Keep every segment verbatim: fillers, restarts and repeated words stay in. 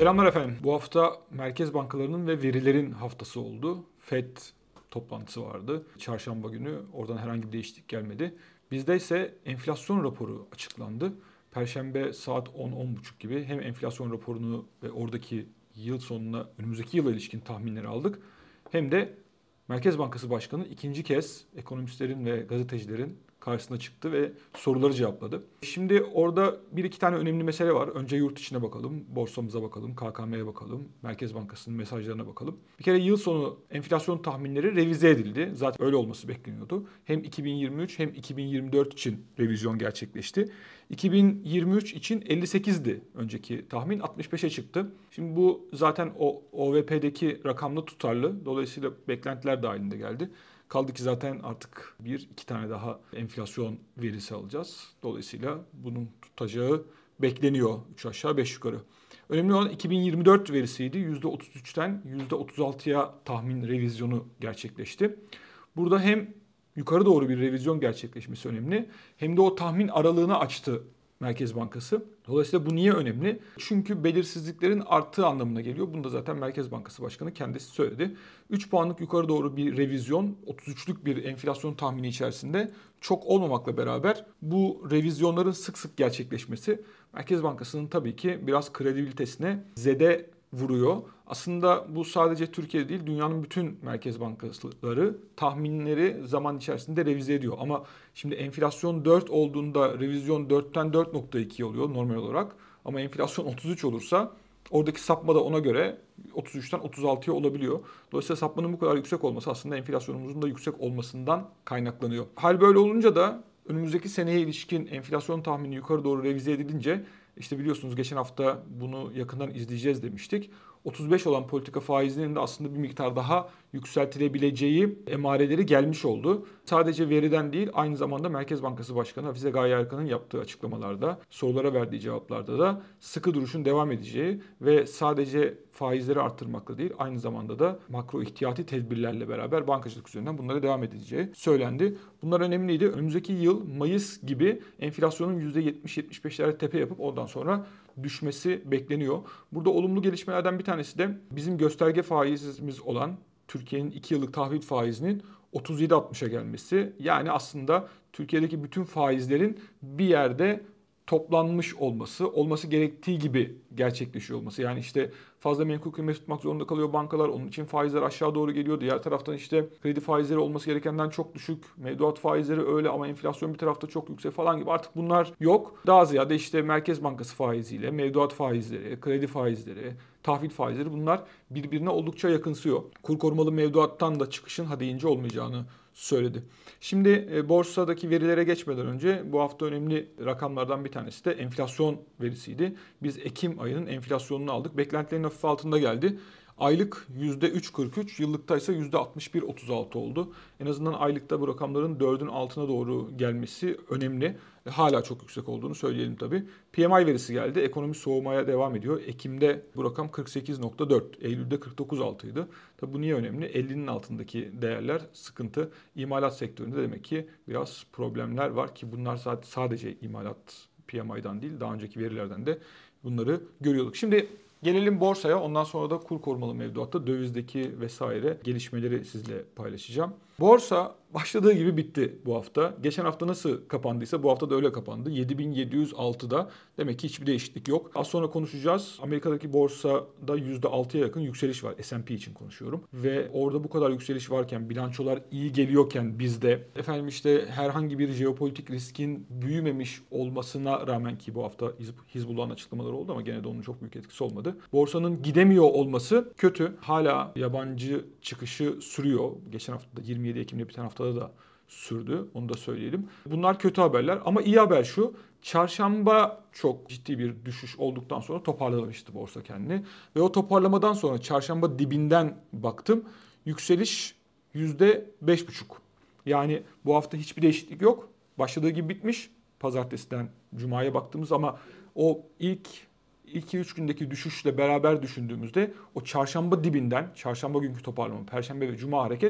Selamlar efendim. Bu hafta merkez bankalarının ve verilerin haftası oldu. Fed toplantısı vardı. Çarşamba günü oradan herhangi bir değişiklik gelmedi. Bizde ise enflasyon raporu açıklandı. Perşembe saat on on buçuk gibi hem enflasyon raporunu ve oradaki yıl sonuna önümüzdeki yıla ilişkin tahminleri aldık. Hem de Merkez Bankası Başkanı ikinci kez ekonomistlerin ve gazetecilerin karşısına çıktı ve soruları cevapladı. Şimdi orada bir iki tane önemli mesele var. Önce yurt içine bakalım, borsamıza bakalım, K K M'ye bakalım, Merkez Bankası'nın mesajlarına bakalım. Bir kere yıl sonu enflasyon tahminleri revize edildi. Zaten öyle olması bekleniyordu. Hem iki bin yirmi üç hem iki bin yirmi dört için revizyon gerçekleşti. iki bin yirmi üç için elli sekizdi önceki tahmin, altmış beşe çıktı. Şimdi bu zaten o O V P'deki rakamla tutarlı. Dolayısıyla beklentiler dahilinde geldi. Kaldı ki zaten artık bir iki tane daha enflasyon verisi alacağız. Dolayısıyla bunun tutacağı bekleniyor üç aşağı beş yukarı. Önemli olan iki bin yirmi dört verisiydi. yüzde otuz üçten yüzde otuz altıya tahmin revizyonu gerçekleşti. Burada hem yukarı doğru bir revizyon gerçekleşmesi önemli, hem de o tahmin aralığını açtı Merkez Bankası. Dolayısıyla bu niye önemli? Çünkü belirsizliklerin arttığı anlamına geliyor. Bunu da zaten Merkez Bankası Başkanı kendisi söyledi. üç puanlık yukarı doğru bir revizyon, otuz üçlük bir enflasyon tahmini içerisinde çok olmamakla beraber bu revizyonların sık sık gerçekleşmesi Merkez Bankası'nın tabii ki biraz kredibilitesine zede vuruyor. Aslında bu sadece Türkiye değil, dünyanın bütün merkez bankaları tahminleri zaman içerisinde revize ediyor. Ama şimdi enflasyon dört olduğunda revizyon dörtten dört nokta iki oluyor normal olarak. Ama enflasyon otuz üç olursa oradaki sapma da ona göre otuz üçten otuz altıya olabiliyor. Dolayısıyla sapmanın bu kadar yüksek olması aslında enflasyonumuzun da yüksek olmasından kaynaklanıyor. Hal böyle olunca da önümüzdeki seneye ilişkin enflasyon tahmini yukarı doğru revize edilince, İşte biliyorsunuz geçen hafta bunu yakından izleyeceğiz demiştik. otuz beş olan politika faizinin de aslında bir miktar daha yükseltilebileceği emareleri gelmiş oldu. Sadece veriden değil, aynı zamanda Merkez Bankası Başkanı Hafize Gaye Erkan'ın yaptığı açıklamalarda, sorulara verdiği cevaplarda da sıkı duruşun devam edeceği ve sadece faizleri arttırmakla değil, aynı zamanda da makro ihtiyati tedbirlerle beraber bankacılık üzerinden bunlara devam edileceği söylendi. Bunlar önemliydi. Önümüzdeki yıl Mayıs gibi enflasyonun yüzde yetmiş yetmiş beşlere tepe yapıp ondan sonra düşmesi bekleniyor. Burada olumlu gelişmelerden bir tanesi de bizim gösterge faizimiz olan Türkiye'nin iki yıllık tahvil faizinin otuz yedi altmışa gelmesi. Yani aslında Türkiye'deki bütün faizlerin bir yerde toplanmış olması, olması gerektiği gibi gerçekleşiyor olması. Yani işte fazla menkul kıymet tutmak zorunda kalıyor bankalar. Onun için faizler aşağı doğru geliyor. Diğer taraftan işte kredi faizleri olması gerekenden çok düşük. Mevduat faizleri öyle ama enflasyon bir tarafta çok yüksek falan gibi. Artık bunlar yok. Daha ziyade işte Merkez Bankası faiziyle, mevduat faizleri, kredi faizleri, tahvil faizleri, bunlar birbirine oldukça yakınsıyor. Kur korumalı mevduattan da çıkışın ha deyince olmayacağını söyledi. Şimdi e, borsadaki verilere geçmeden önce bu hafta önemli rakamlardan bir tanesi de enflasyon verisiydi. Biz Ekim ayının enflasyonunu aldık. Beklentilerin hafif altında geldi. Aylık yüzde üç virgül kırk üç, yıllıkta ise yüzde altmış bir virgül otuz altı oldu. En azından aylıkta bu rakamların dördün altına doğru gelmesi önemli. Hala çok yüksek olduğunu söyleyelim tabii. P M I verisi geldi. Ekonomi soğumaya devam ediyor. Ekim'de bu rakam kırk sekiz virgül dört, Eylül'de kırk dokuz virgül altıydı. Tabii bu niye önemli? ellinin altındaki değerler sıkıntı. İmalat sektöründe demek ki biraz problemler var ki bunlar sadece imalat P M I'dan değil, daha önceki verilerden de bunları görüyorduk. Şimdi gelelim borsaya. Ondan sonra da kur korumalı mevduatta dövizdeki vesaire gelişmeleri sizle paylaşacağım. Borsa başladığı gibi bitti bu hafta. Geçen hafta nasıl kapandıysa bu hafta da öyle kapandı. yedi bin yedi yüz altıda. Demek ki hiçbir değişiklik yok. Az sonra konuşacağız. Amerika'daki borsada yüzde altıya yakın yükseliş var. S and P için konuşuyorum. Ve orada bu kadar yükseliş varken, bilançolar iyi geliyorken bizde efendim işte herhangi bir jeopolitik riskin büyümemiş olmasına rağmen, ki bu hafta Hizbullah'ın açıklamaları oldu ama gene de onun çok büyük etkisi olmadı. Borsanın gidemiyor olması kötü. Hala yabancı çıkışı sürüyor. Geçen hafta yirmi yedi Ekim'de biten haftada da sürdü. Onu da söyleyelim. Bunlar kötü haberler ama iyi haber şu. Çarşamba çok ciddi bir düşüş olduktan sonra toparlamıştı borsa kendini. Ve o toparlamadan sonra çarşamba dibinden baktım. Yükseliş yüzde beş buçuk. Yani bu hafta hiçbir değişiklik yok. Başladığı gibi bitmiş. Pazartesiden Cuma'ya baktığımız ama o ilk iki üç gündeki düşüşle beraber düşündüğümüzde o çarşamba dibinden, çarşamba günkü toparlama, perşembe ve cuma hareket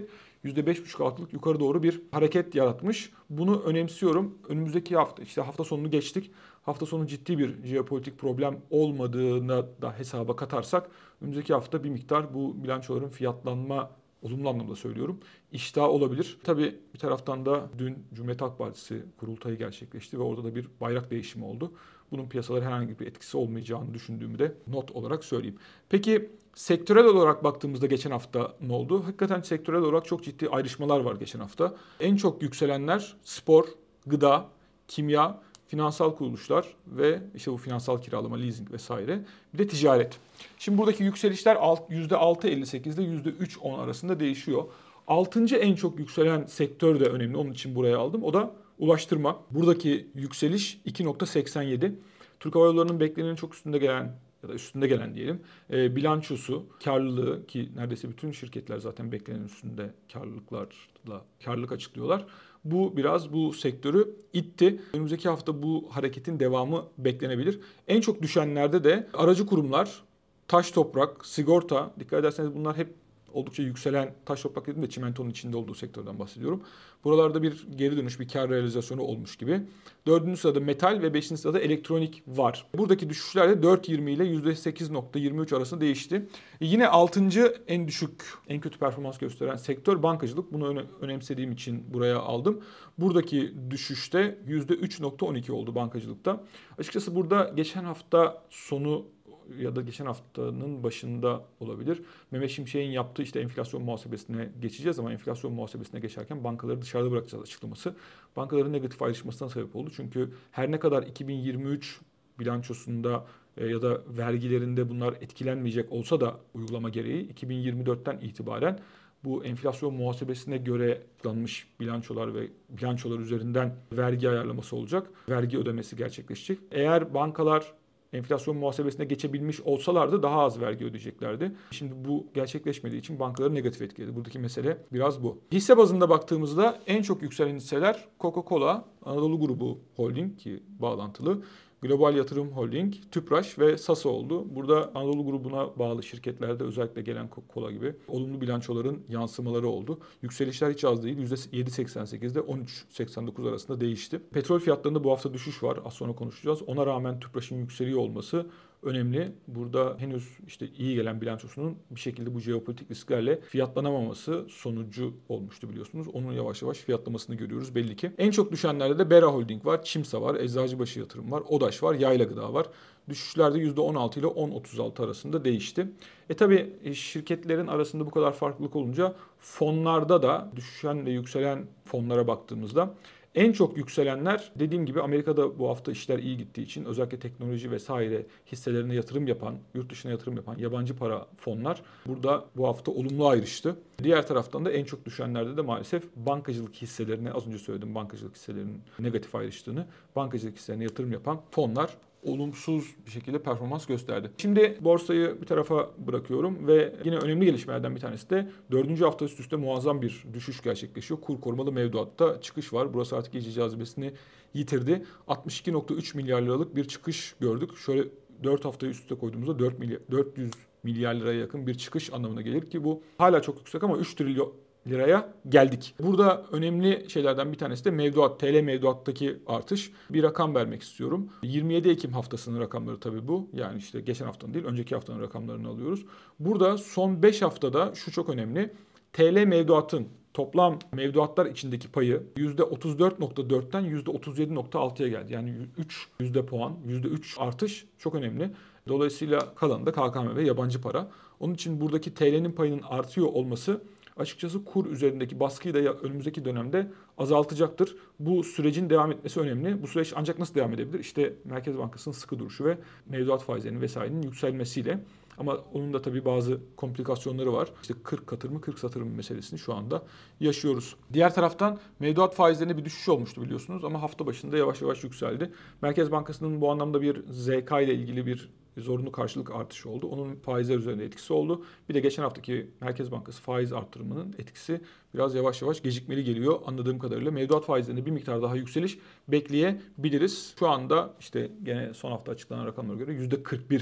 yüzde beş buçuk altılık yukarı doğru bir hareket yaratmış. Bunu önemsiyorum. Önümüzdeki hafta, işte hafta sonunu geçtik. Hafta sonu ciddi bir jeopolitik problem olmadığına da hesaba katarsak önümüzdeki hafta bir miktar bu bilançoların fiyatlanma, olumlu anlamda söylüyorum, iştahı olabilir. Tabii bir taraftan da dün Cumhuriyet Halk Partisi kurultayı gerçekleşti ve orada da bir bayrak değişimi oldu. Bunun piyasalara herhangi bir etkisi olmayacağını düşündüğümü de not olarak söyleyeyim. Peki sektörel olarak baktığımızda geçen hafta ne oldu? Hakikaten sektörel olarak çok ciddi ayrışmalar var geçen hafta. En çok yükselenler spor, gıda, kimya, finansal kuruluşlar ve işte bu finansal kiralama, leasing vesaire. Bir de ticaret. Şimdi buradaki yükselişler yüzde altı virgül elli sekiz ile yüzde üç virgül on arasında değişiyor. Altıncı en çok yükselen sektör de önemli. Onun için buraya aldım. O da ulaştırma. Buradaki yükseliş iki virgül seksen yedi. Türk Hava Yolları'nın beklenenin çok üstünde gelen ya da üstünde gelen diyelim e, bilançosu, karlılığı, ki neredeyse bütün şirketler zaten beklenenin üstünde karlılıklarla karlılık açıklıyorlar. Bu biraz bu sektörü itti. Önümüzdeki hafta bu hareketin devamı beklenebilir. En çok düşenlerde de aracı kurumlar, taş toprak, sigorta, dikkat ederseniz bunlar hep oldukça yükselen, taş toprak dedim de çimentonun içinde olduğu sektörden bahsediyorum. Buralarda bir geri dönüş, bir kar realizasyonu olmuş gibi. Dördüncü sırada metal ve beşinci sırada elektronik var. Buradaki düşüşler de dört virgül yirmi ile yüzde sekiz virgül yirmi üç arasında değişti. E yine altıncı en düşük, en kötü performans gösteren sektör bankacılık. Bunu öne, önemsediğim için buraya aldım. Buradaki düşüşte yüzde üç virgül on iki oldu bankacılıkta. Açıkçası burada geçen hafta sonu ya da geçen haftanın başında olabilir. Mehmet Şimşek'in yaptığı işte enflasyon muhasebesine geçeceğiz ama enflasyon muhasebesine geçerken bankaları dışarıda bırakacağız açıklaması. Bankaların negatif ayrışmasına sebep oldu. Çünkü her ne kadar iki bin yirmi üç bilançosunda ya da vergilerinde bunlar etkilenmeyecek olsa da uygulama gereği iki bin yirmi dörtten itibaren bu enflasyon muhasebesine göre planlanmış bilançolar ve bilançolar üzerinden vergi ayarlaması olacak. Vergi ödemesi gerçekleşecek. Eğer bankalar enflasyon muhasebesine geçebilmiş olsalardı daha az vergi ödeyeceklerdi. Şimdi bu gerçekleşmediği için bankaları negatif etkiledi. Buradaki mesele biraz bu. Hisse bazında baktığımızda en çok yükselen hisseler Coca-Cola, Anadolu Grubu Holding ki bağlantılı, Global Yatırım Holding, Tüpraş ve Sasa oldu. Burada Anadolu grubuna bağlı şirketlerde özellikle gelen Coca-Cola gibi olumlu bilançoların yansımaları oldu. Yükselişler hiç az değil. yüzde yedi virgül seksen sekiz ile on üç virgül seksen dokuz arasında değişti. Petrol fiyatlarında bu hafta düşüş var. Az sonra konuşacağız. Ona rağmen Tüpraş'ın yükseliyor olması önemli. Burada henüz işte iyi gelen bilançosunun bir şekilde bu jeopolitik risklerle fiyatlanamaması sonucu olmuştu biliyorsunuz. Onun yavaş yavaş fiyatlamasını görüyoruz belli ki. En çok düşenlerde de Bera Holding var, Çimsa var, Eczacıbaşı Yatırım var, Odaş var, Yayla Gıda var. Düşüşlerde yüzde on altı ile on virgül otuz altı arasında değişti. E tabi şirketlerin arasında bu kadar farklılık olunca fonlarda da düşen ve yükselen fonlara baktığımızda en çok yükselenler dediğim gibi Amerika'da bu hafta işler iyi gittiği için özellikle teknoloji vesaire hisselerine yatırım yapan, yurt dışına yatırım yapan yabancı para fonlar burada bu hafta olumlu ayrıştı. Diğer taraftan da en çok düşenlerde de maalesef bankacılık hisselerine, az önce söyledim bankacılık hisselerinin negatif ayrıştığını, bankacılık hisselerine yatırım yapan fonlar olumsuz bir şekilde performans gösterdi. Şimdi borsayı bir tarafa bırakıyorum ve yine önemli gelişmelerden bir tanesi de dördüncü hafta üst üste muazzam bir düşüş gerçekleşiyor. Kur korumalı mevduatta çıkış var. Burası artık iyice cazibesini yitirdi. altmış iki virgül üç milyar liralık bir çıkış gördük. Şöyle dört haftayı üst üste koyduğumuzda dört milyar, dört yüz milyar liraya yakın bir çıkış anlamına gelir ki bu hala çok yüksek ama üç trilyon liraya geldik. Burada önemli şeylerden bir tanesi de mevduat, T L mevduattaki artış. Bir rakam vermek istiyorum. yirmi yedi Ekim haftasının rakamları tabii bu. Yani işte geçen haftanın değil, önceki haftanın rakamlarını alıyoruz. Burada son beş haftada şu çok önemli. T L mevduatın toplam mevduatlar içindeki payı yüzde otuz dört virgül dörtten yüzde otuz yedi virgül altıya geldi. Yani üç yüzde puan, yüzde üç artış çok önemli. Dolayısıyla kalanı da K K M ve yabancı para. Onun için buradaki T L'nin payının artıyor olması açıkçası kur üzerindeki baskıyı da önümüzdeki dönemde azaltacaktır. Bu sürecin devam etmesi önemli. Bu süreç ancak nasıl devam edebilir? İşte Merkez Bankası'nın sıkı duruşu ve mevduat faizlerinin vesairenin yükselmesiyle. Ama onun da tabii bazı komplikasyonları var. İşte kırk katır mı kırk satır mı meselesini şu anda yaşıyoruz. Diğer taraftan mevduat faizlerine bir düşüş olmuştu biliyorsunuz ama hafta başında yavaş yavaş yükseldi. Merkez Bankası'nın bu anlamda bir Z K ile ilgili bir zorunlu karşılık artışı oldu. Onun faizler üzerinde etkisi oldu. Bir de geçen haftaki Merkez Bankası faiz artırımının etkisi biraz yavaş yavaş gecikmeli geliyor. Anladığım kadarıyla mevduat faizlerinde bir miktar daha yükseliş bekleyebiliriz. Şu anda işte gene son hafta açıklanan rakamlara göre yüzde kırk bir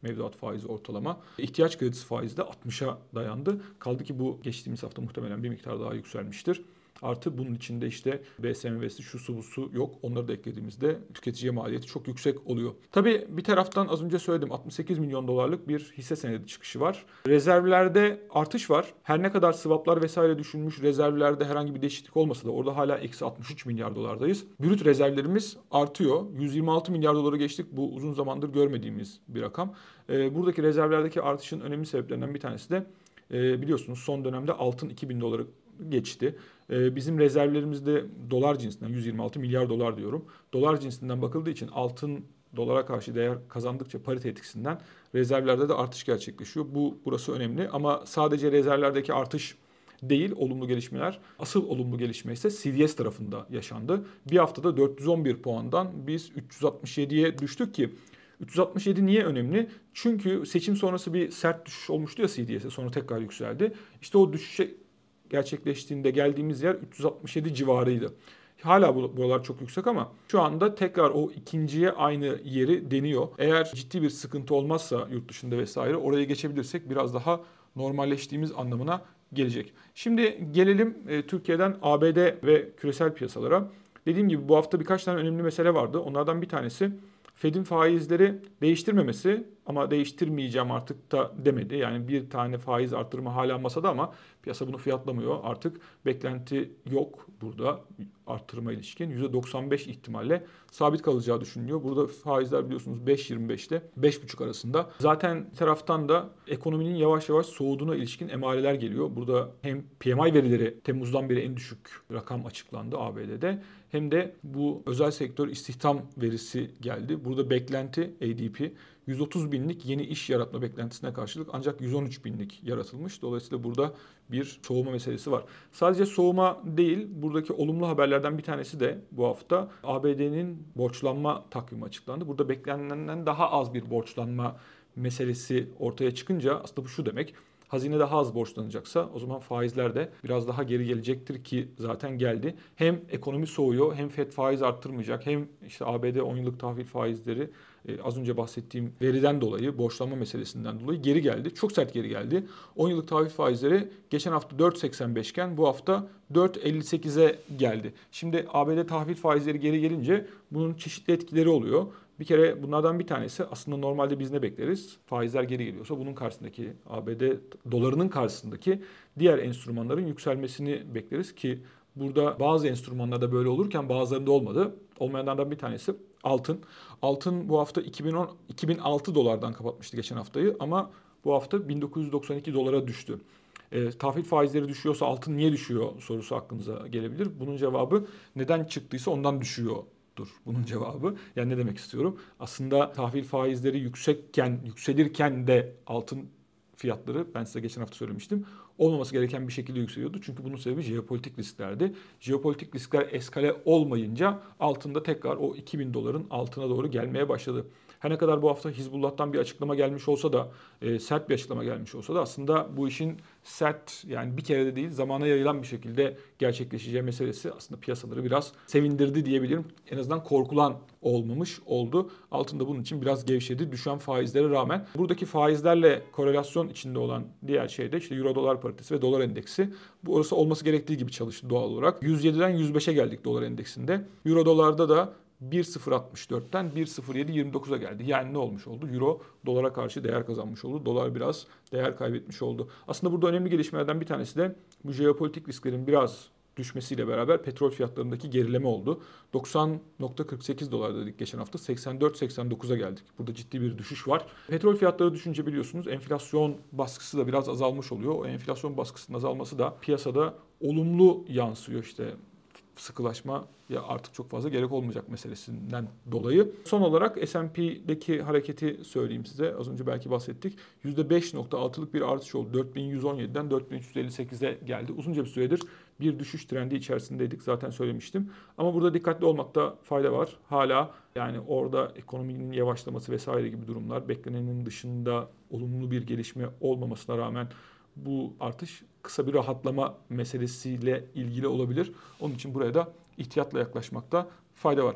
mevduat faizi ortalama. İhtiyaç kredisi faizi de altmışa dayandı. Kaldı ki bu geçtiğimiz hafta muhtemelen bir miktar daha yükselmiştir. Artı bunun içinde işte B S M V'si, şu su bu su yok. Onları da eklediğimizde tüketiciye maliyeti çok yüksek oluyor. Tabii bir taraftan az önce söyledim altmış sekiz milyon dolarlık bir hisse senedi çıkışı var. Rezervlerde artış var. Her ne kadar swaplar vesaire düşünmüş, rezervlerde herhangi bir değişiklik olmasa da orada hala eksi altmış üç milyar dolardayız. Brüt rezervlerimiz artıyor. yüz yirmi altı milyar doları geçtik. Bu uzun zamandır görmediğimiz bir rakam. Buradaki rezervlerdeki artışın önemli sebeplerinden bir tanesi de biliyorsunuz son dönemde altın iki bin doları geçti. Bizim rezervlerimizde dolar cinsinden yüz yirmi altı milyar dolar diyorum. Dolar cinsinden bakıldığı için altın dolara karşı değer kazandıkça parite etkisinden rezervlerde de artış gerçekleşiyor. Bu burası önemli ama sadece rezervlerdeki artış değil olumlu gelişmeler. Asıl olumlu gelişme ise C D S tarafında yaşandı. Bir haftada dört yüz on bir puandan biz üç yüz altmış yediye düştük ki üç yüz altmış yedi niye önemli? Çünkü seçim sonrası bir sert düşüş olmuştu ya C D S'e, sonra tekrar yükseldi. İşte o düşüşe gerçekleştiğinde geldiğimiz yer üç yüz altmış yedi civarıydı. Hala buralar çok yüksek ama şu anda tekrar o ikinciye aynı yeri deniyor. Eğer ciddi bir sıkıntı olmazsa yurt dışında vesaire oraya geçebilirsek biraz daha normalleştiğimiz anlamına gelecek. Şimdi gelelim e, Türkiye'den A B D ve küresel piyasalara. Dediğim gibi bu hafta birkaç tane önemli mesele vardı. Onlardan bir tanesi Fed'in faizleri değiştirmemesi ama değiştirmeyeceğim artık da demedi. Yani bir tane faiz arttırımı hala masada ama piyasa bunu fiyatlamıyor. Artık beklenti yok burada arttırıma ilişkin. yüzde doksan beş ihtimalle sabit kalacağı düşünülüyor. Burada faizler biliyorsunuz beş virgül yirmi beş ile beş buçuk arasında. Zaten bir taraftan da ekonominin yavaş yavaş soğuduğuna ilişkin emareler geliyor. Burada hem P M I verileri Temmuz'dan beri en düşük rakam açıklandı A B D'de. Hem de bu özel sektör istihdam verisi geldi. Burada beklenti A D P yüz otuz binlik yeni iş yaratma beklentisine karşılık ancak yüz on üç binlik yaratılmış. Dolayısıyla burada bir soğuma meselesi var. Sadece soğuma değil, buradaki olumlu haberlerden bir tanesi de bu hafta A B D'nin borçlanma takvimi açıklandı. Burada beklenenden daha az bir borçlanma meselesi ortaya çıkınca aslında bu şu demek: hazine daha az borçlanacaksa o zaman faizler de biraz daha geri gelecektir ki zaten geldi. Hem ekonomi soğuyor, hem Fed faiz arttırmayacak, hem işte A B D on yıllık tahvil faizleri e, az önce bahsettiğim veriden dolayı, borçlanma meselesinden dolayı geri geldi. Çok sert geri geldi. on yıllık tahvil faizleri geçen hafta dört virgül seksen beş iken bu hafta dört virgül elli sekize geldi. Şimdi A B D tahvil faizleri geri gelince bunun çeşitli etkileri oluyor. Bir kere bunlardan bir tanesi aslında normalde biz ne bekleriz? Faizler geri geliyorsa bunun karşısındaki A B D dolarının karşısındaki diğer enstrümanların yükselmesini bekleriz ki burada bazı enstrümanlarda böyle olurken bazılarında olmadı. Olmayanlardan bir tanesi altın. Altın bu hafta iki bin on, iki bin altı dolardan kapatmıştı geçen haftayı ama bu hafta bin dokuz yüz doksan iki dolara düştü. E, tahvil faizleri düşüyorsa altın niye düşüyor sorusu aklınıza gelebilir. Bunun cevabı neden çıktıysa ondan düşüyor. Dur bunun cevabı. Yani ne demek istiyorum? Aslında tahvil faizleri yüksekken, yükselirken de altın fiyatları, ben size geçen hafta söylemiştim, olmaması gereken bir şekilde yükseliyordu. Çünkü bunun sebebi jeopolitik risklerdi. Jeopolitik riskler eskale olmayınca altında tekrar o iki bin doların altına doğru gelmeye başladı. Her ne kadar bu hafta Hizbullah'tan bir açıklama gelmiş olsa da, e, sert bir açıklama gelmiş olsa da aslında bu işin sert, yani bir kere de değil zamana yayılan bir şekilde gerçekleşeceği meselesi aslında piyasaları biraz sevindirdi diyebilirim. En azından korkulan olmamış oldu. Altında bunun için biraz gevşedi düşen faizlere rağmen. Buradaki faizlerle korelasyon içinde olan diğer şey de işte Euro dolar paritesi ve dolar endeksi. Bu orası olması gerektiği gibi çalıştı doğal olarak. yüz yediden yüz beşe geldik dolar endeksinde. Euro dolarda da bir virgül sıfır altmış dörtten bir virgül sıfır yedi yirmi dokuza geldi. Yani ne olmuş oldu? Euro dolara karşı değer kazanmış oldu. Dolar biraz değer kaybetmiş oldu. Aslında burada önemli gelişmelerden bir tanesi de bu jeopolitik risklerin biraz düşmesiyle beraber petrol fiyatlarındaki gerileme oldu. doksan virgül kırk sekiz dolar dedik geçen hafta. seksen dört seksen dokuza geldik. Burada ciddi bir düşüş var. Petrol fiyatları düşünce biliyorsunuz enflasyon baskısı da biraz azalmış oluyor. O enflasyon baskısının azalması da piyasada olumlu yansıyor işte. Sıkılaşma ya artık çok fazla gerek olmayacak meselesinden dolayı. Son olarak S and P'deki hareketi söyleyeyim size. Az önce belki bahsettik. yüzde beş virgül altılık bir artış oldu. dört bin yüz on yediden dört bin üç yüz elli sekize geldi. Uzunca bir süredir bir düşüş trendi içerisindeydik. Zaten söylemiştim. Ama burada dikkatli olmakta fayda var. Hala yani orada ekonominin yavaşlaması vesaire gibi durumlar, beklenenin dışında olumlu bir gelişme olmamasına rağmen bu artış kısa bir rahatlama meselesiyle ilgili olabilir. Onun için buraya da ihtiyatla yaklaşmakta fayda var.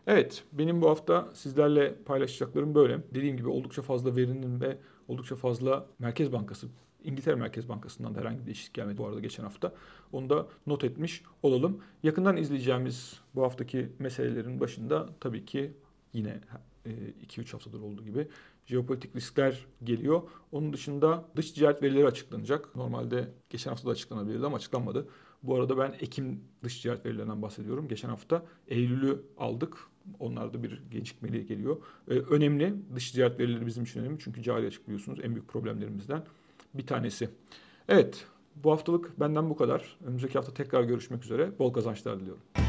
Evet, benim bu hafta sizlerle paylaşacaklarım böyle. Dediğim gibi oldukça fazla verinin ve oldukça fazla Merkez Bankası, İngiltere Merkez Bankası'ndan da herhangi bir değişiklik gelmedi bu arada geçen hafta. Onu da not etmiş olalım. Yakından izleyeceğimiz bu haftaki meselelerin başında tabii ki yine iki üç haftadır olduğu gibi jeopolitik riskler geliyor. Onun dışında dış ticaret verileri açıklanacak. Normalde geçen hafta da açıklanabilirdi ama açıklanmadı. Bu arada ben Ekim dış ticaret verilerinden bahsediyorum. Geçen hafta Eylül'ü aldık. Onlarda bir gecikmeli geliyor. Ee, önemli. Dış ticaret verileri bizim için önemli. Çünkü cari açık biliyorsunuz en büyük problemlerimizden bir tanesi. Evet, bu haftalık benden bu kadar. Önümüzdeki hafta tekrar görüşmek üzere. Bol kazançlar diliyorum.